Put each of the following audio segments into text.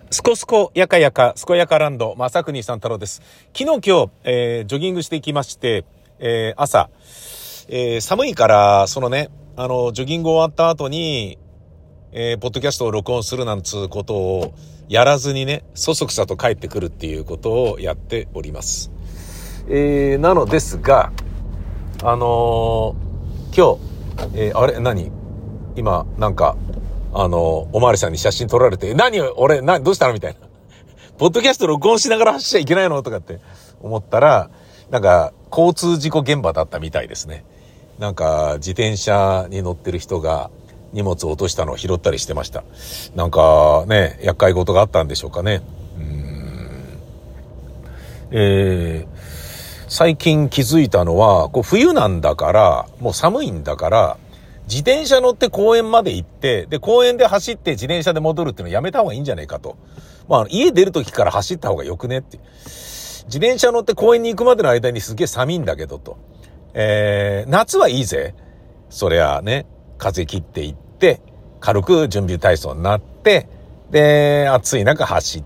すこすこやかやか、すこやかランド、正国さん太郎です。昨日今日、ジョギングしていきまして、朝、寒いから、ジョギング終わった後に、ポッドキャストを録音するなんつうことをやらずにね、そそくさと帰ってくるっていうことをやっております。なのですが、今日、今、おまわりさんに写真撮られて、どうしたのみたいな。ポッドキャスト録音しながら走っちゃいけないのとかって思ったら、交通事故現場だったみたいですね。自転車に乗ってる人が荷物を落としたのを拾ったりしてました。厄介事があったんでしょうかね。最近気づいたのは、冬なんだから、もう寒いんだから、自転車乗って公園まで行って、で、公園で走って自転車で戻るっていうのやめた方がいいんじゃないかと。家出る時から走った方がよくねって。自転車乗って公園に行くまでの間にすげえ寒いんだけどと。夏はいいぜ。そりゃね、風切って行って、軽く準備体操になって、で、暑い中走って、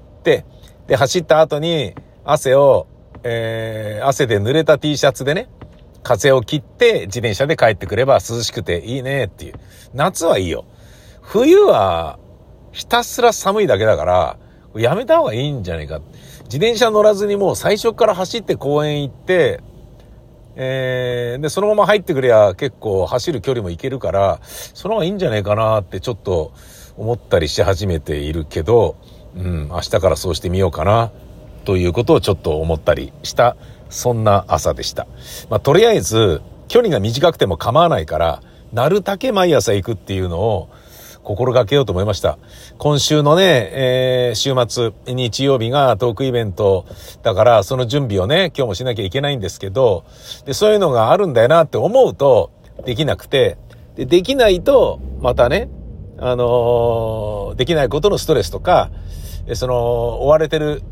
で、走った後に汗で濡れた T シャツでね、風を切って自転車で帰ってくれば涼しくていいねっていう。夏はいいよ。冬はひたすら寒いだけだからやめた方がいいんじゃないか。自転車乗らずにもう最初から走って公園行って、でそのまま入ってくりゃ結構走る距離も行けるからその方がいいんじゃないかなってちょっと思ったりし始めているけど、明日からそうしてみようかなということをちょっと思ったりしたそんな朝でした。とりあえず距離が短くても構わないからなるだけ毎朝行くっていうのを心がけようと思いました。今週のね、週末日曜日がトークイベントだからその準備をね今日もしなきゃいけないんですけど、でそういうのがあるんだよなって思うとできなくて、できないとまたねできないことのストレスとか追われてる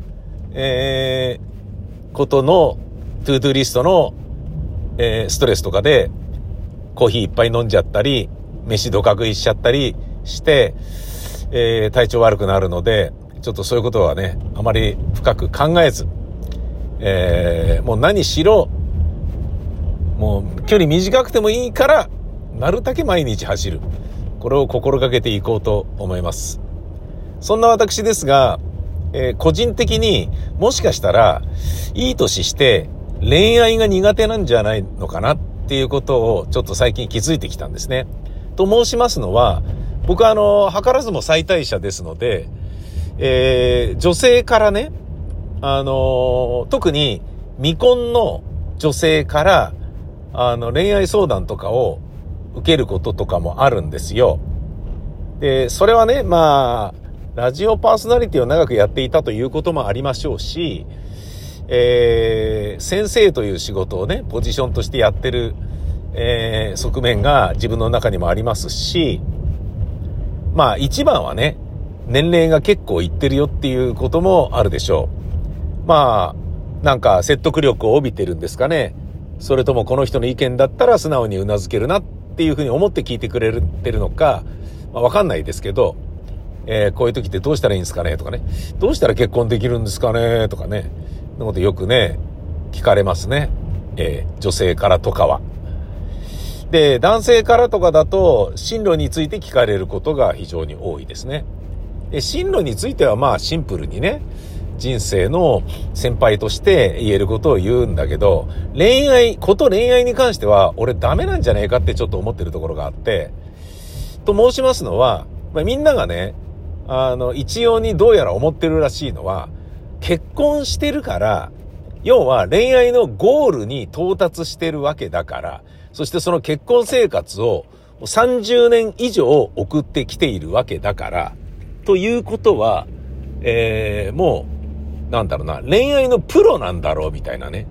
ことのトゥードゥリストの、ストレスとかでコーヒーいっぱい飲んじゃったり飯どか食いしちゃったりして、体調悪くなるのでちょっとそういうことはねあまり深く考えず、もう何しろもう距離短くてもいいからなるだけ毎日走る、これを心がけていこうと思います。そんな私ですが、個人的にもしかしたらいい年して恋愛が苦手なんじゃないのかなっていうことをちょっと最近気づいてきたんですね。と申しますのは、僕は図らずも妻帯者ですので、女性からね、特に未婚の女性から恋愛相談とかを受けることとかもあるんですよ。で、それはね、ラジオパーソナリティを長くやっていたということもありましょうし、先生という仕事をねポジションとしてやってる、側面が自分の中にもありますし、一番はね年齢が結構いってるよっていうこともあるでしょう。説得力を帯びてるんですかね。それともこの人の意見だったら素直にうなずけるなっていうふうに思って聞いてくれてるのか、わかんないですけど、こういう時ってどうしたらいいんですかねとかね、どうしたら結婚できるんですかねとかね、のことよくね聞かれますね。女性からとかは。で、男性からとかだと進路について聞かれることが非常に多いですね。で、進路についてはシンプルにね人生の先輩として言えることを言うんだけど、恋愛に関しては俺ダメなんじゃねえかってちょっと思ってるところがあって、と申しますのは、みんながね一様にどうやら思ってるらしいのは、結婚してるから要は恋愛のゴールに到達してるわけだから、そしてその結婚生活を30年以上送ってきているわけだからということは、もう恋愛のプロなんだろうみたいなね、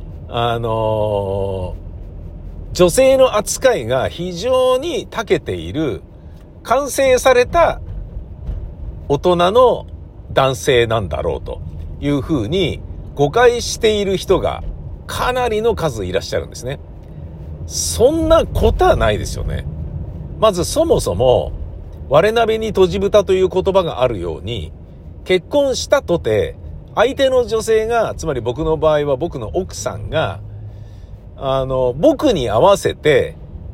女性の扱いが非常に長けている完成された大人の男性なんだろうというふうに誤解している人がかなりの数いらっしゃるんですね。そんなことはないですよね。まずそもそも我鍋にとじ豚という言葉があるように、 結婚したとて、相手の女性が、つまり僕の場合は僕の奥さんが、僕に合わせて、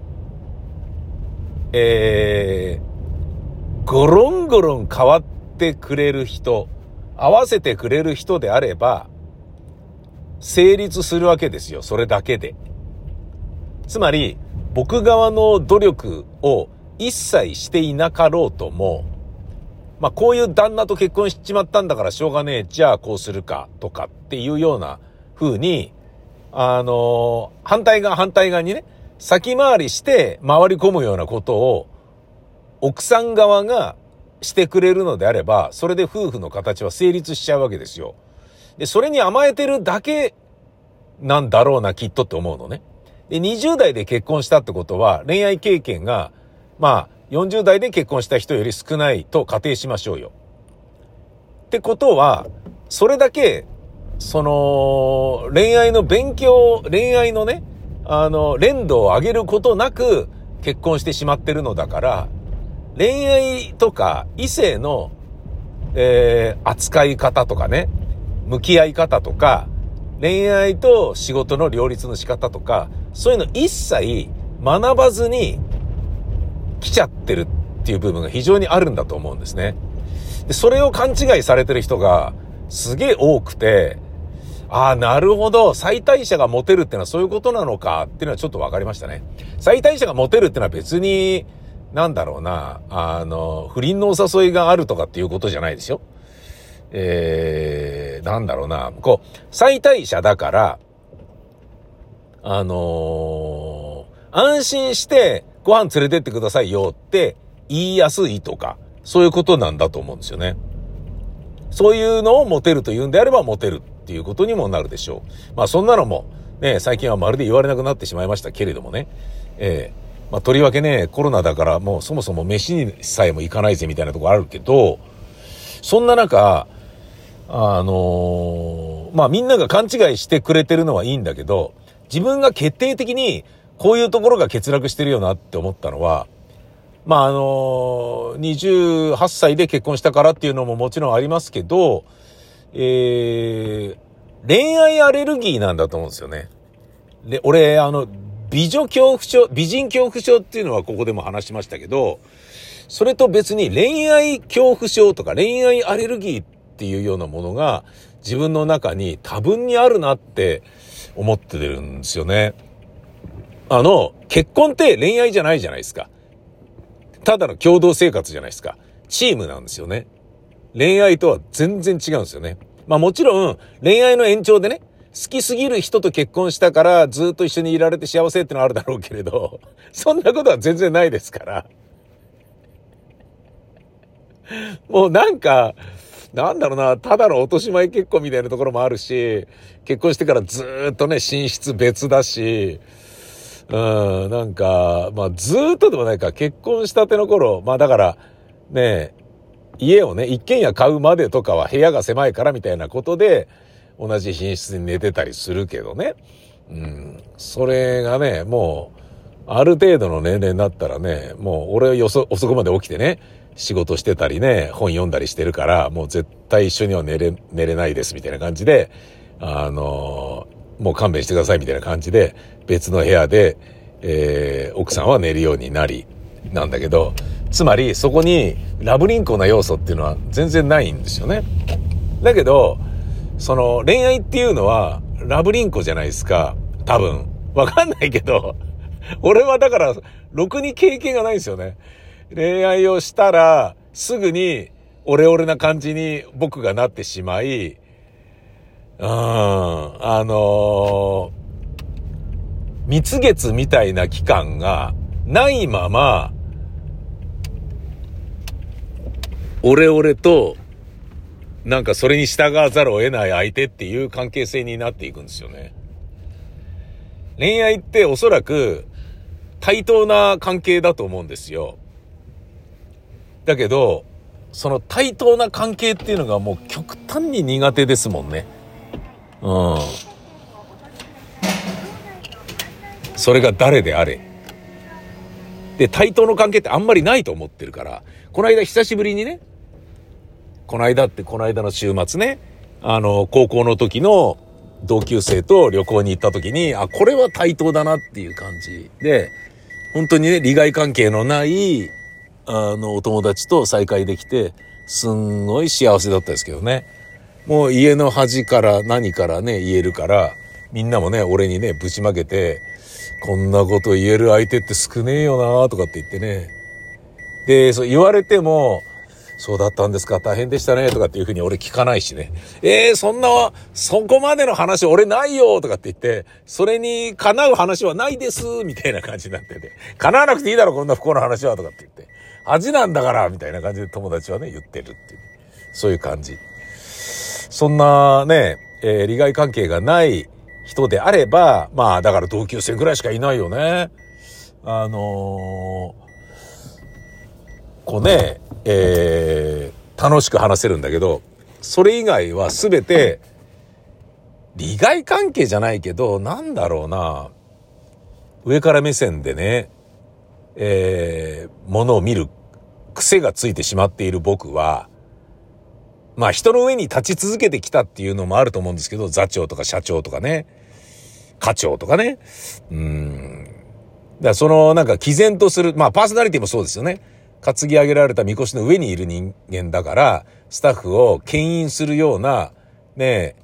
ゴロンゴロン変わってくれる人、合わせてくれる人であれば、成立するわけですよ。それだけで。つまり、僕側の努力を一切していなかろうとも、まあこういう旦那と結婚しちまったんだからしょうがねえ、じゃあこうするかとかっていうような風に、反対側にね、先回りして回り込むようなことを奥さん側がしてくれるのであれば、それで夫婦の形は成立しちゃうわけですよ。で、それに甘えてるだけなんだろうな、きっとって思うのね。で、20代で結婚したってことは、恋愛経験が、まあ、40代で結婚した人より少ないと仮定しましょうよ。ってことは、それだけ、恋愛の勉強、恋愛のね、練度を上げることなく結婚してしまってるのだから、恋愛とか異性の、扱い方とかね、向き合い方とか、恋愛と仕事の両立の仕方とか、そういうの一切学ばずに来ちゃってるっていう部分が非常にあるんだと思うんですね。で、それを勘違いされてる人がすげえ多くて、ああ、なるほど、妻帯者がモテるってのはそういうことなのかっていうのはちょっとわかりましたね。妻帯者がモテるってのは別に、なんだろうな、不倫のお誘いがあるとかっていうことじゃないですよ。なんだろうな、妻帯者だから、安心してご飯連れてってくださいよって言いやすいとか、そういうことなんだと思うんですよね。そういうのをモテるというんであればモテるっていうことにもなるでしょう。まあそんなのもね、最近はまるで言われなくなってしまいましたけれどもね。まあとりわけね、コロナだからもうそもそも飯にさえも行かないぜみたいなところあるけど、そんな中、まあみんなが勘違いしてくれてるのはいいんだけど、自分が決定的にこういうところが欠落してるよなって思ったのは、まあ28歳で結婚したからっていうのももちろんありますけど、恋愛アレルギーなんだと思うんですよね。で、俺、美人恐怖症っていうのはここでも話しましたけど、それと別に恋愛恐怖症とか恋愛アレルギーっていうようなものが自分の中に多分にあるなって思ってるんですよね。結婚って恋愛じゃないじゃないですか。ただの共同生活じゃないですか。チームなんですよね。恋愛とは全然違うんですよね。まあもちろん恋愛の延長でね、好きすぎる人と結婚したからずっと一緒にいられて幸せってのはあるだろうけれど、そんなことは全然ないですから。もうなんか、なんだろうな、ただの落とし前結婚みたいなところもあるし、結婚してからずーっとね、寝室別だし、なんか、まあずーっとでもないか、結婚したての頃、まあだから、ね、家をね、一軒家買うまでとかは部屋が狭いからみたいなことで、同じ寝室に寝てたりするけどね。それがね、もう、ある程度の年齢になったらね、もう俺遅くまで起きてね、仕事してたりね、本読んだりしてるから、もう絶対一緒には寝れないですみたいな感じで、もう勘弁してくださいみたいな感じで、別の部屋で、奥さんは寝るようになり、なんだけど、つまりそこにラブリンコな要素っていうのは全然ないんですよね。だけど、その恋愛っていうのはラブリンコじゃないですか。多分。わかんないけど、俺はだから、ろくに経験がないんですよね。恋愛をしたら、すぐに、オレオレな感じに僕がなってしまい、蜜月みたいな期間がないまま、オレオレと、なんかそれに従わざるを得ない相手っていう関係性になっていくんですよね。恋愛っておそらく対等な関係だと思うんですよ。だけど、その対等な関係っていうのがもう極端に苦手ですもんね。それが誰であれ。で、対等の関係ってあんまりないと思ってるから、この間久しぶりにね、 この間の週末ね、高校の時の同級生と旅行に行った時に、これは対等だなっていう感じで、本当にね、利害関係のない、お友達と再会できて、すんごい幸せだったですけどね。もう家の恥から何からね、言えるから、みんなもね、俺にね、ぶちまけて、こんなこと言える相手って少ねえよなとかって言ってね。で、そう言われても、そうだったんですか、大変でしたねとかっていうふうに俺聞かないしね。そこまでの話俺ないよとかって言って、それに叶う話はないですみたいな感じになってて、叶わなくていいだろこんな不幸な話はとかって言って、恥なんだからみたいな感じで友達はね、言ってるっていう、そういう感じ。そんなね、利害関係がない人であれば、まあだから同級生ぐらいしかいないよね。こうね、楽しく話せるんだけど、それ以外はすべて利害関係じゃないけど、なんだろうな、上から目線でね、ものを見る癖がついてしまっている僕は、まあ人の上に立ち続けてきたっていうのもあると思うんですけど、座長とか社長とかね、課長とかね、だからそのなんか毅然とする、まあパーソナリティもそうですよね。担ぎ上げられたみこしの上にいる人間だから、スタッフを牽引するような、ね、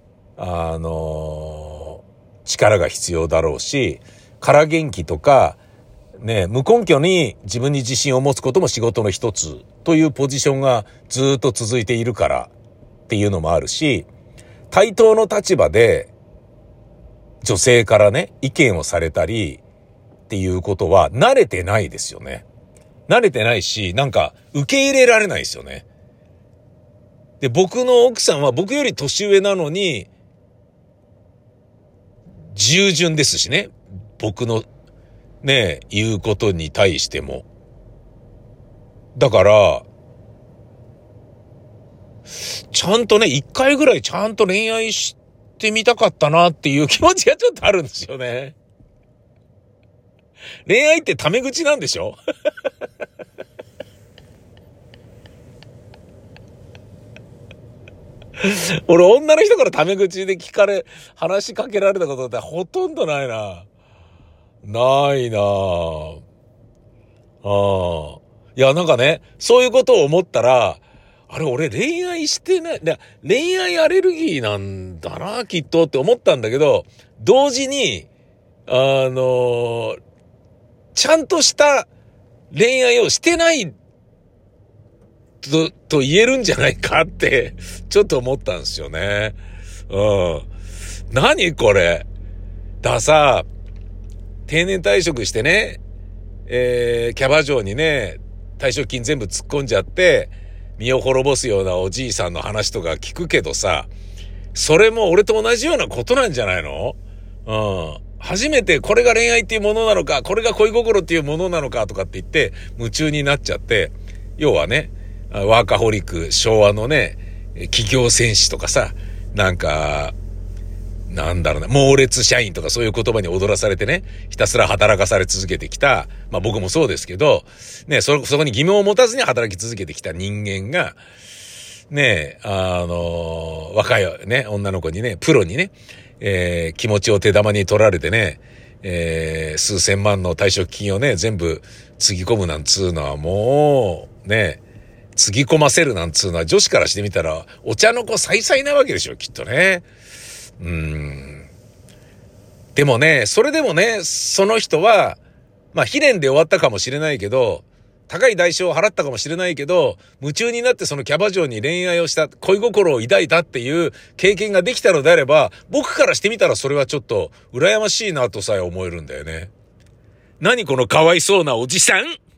力が必要だろうし、空元気とか、ね、無根拠に自分に自信を持つことも仕事の一つというポジションがずっと続いているからっていうのもあるし、対等の立場で女性からね、意見をされたりっていうことは慣れてないですよね。慣れてないし、なんか受け入れられないですよね。で、僕の奥さんは僕より年上なのに、従順ですしね。僕のね、言うことに対しても。だから、ちゃんとね、一回ぐらいちゃんと恋愛してみたかったなっていう気持ちがちょっとあるんですよね。恋愛ってタメ口なんでしょ俺女の人からタメ口で話しかけられたことってほとんどないな。ないなぁ。いや、なんかね、そういうことを思ったら、あれ、俺恋愛してない、恋愛アレルギーなんだな、きっとって思ったんだけど、同時に、ちゃんとした恋愛をしてないと言えるんじゃないかって、ちょっと思ったんですよね。何これ。ださ、定年退職してね、キャバ嬢にね、退職金全部突っ込んじゃって、身を滅ぼすようなおじいさんの話とか聞くけどさ、それも俺と同じようなことなんじゃないの？初めてこれが恋愛っていうものなのか、これが恋心っていうものなのかとかって言って夢中になっちゃって、要はね、ワーカホリック、昭和のね、企業戦士とかさ、なんか、なんだろうな、猛烈社員とかそういう言葉に踊らされてね、ひたすら働かされ続けてきた、まあ僕もそうですけど、ね、そこに疑問を持たずに働き続けてきた人間が、ね、若いね、女の子にね、プロにね、気持ちを手玉に取られてね、数千万の退職金をね、全部つぎ込むなんつうのはもう、ね、つぎ込ませるなんつうのは女子からしてみたら、お茶の子さいさいなわけでしょ、きっとね。でもね、それでもね、その人は、まあ、悲恋で終わったかもしれないけど、高い代償を払ったかもしれないけど、夢中になってそのキャバ嬢に恋愛をした、恋心を抱いたっていう経験ができたのであれば、僕からしてみたらそれはちょっと羨ましいなとさえ思えるんだよね。何このかわいそうなおじさん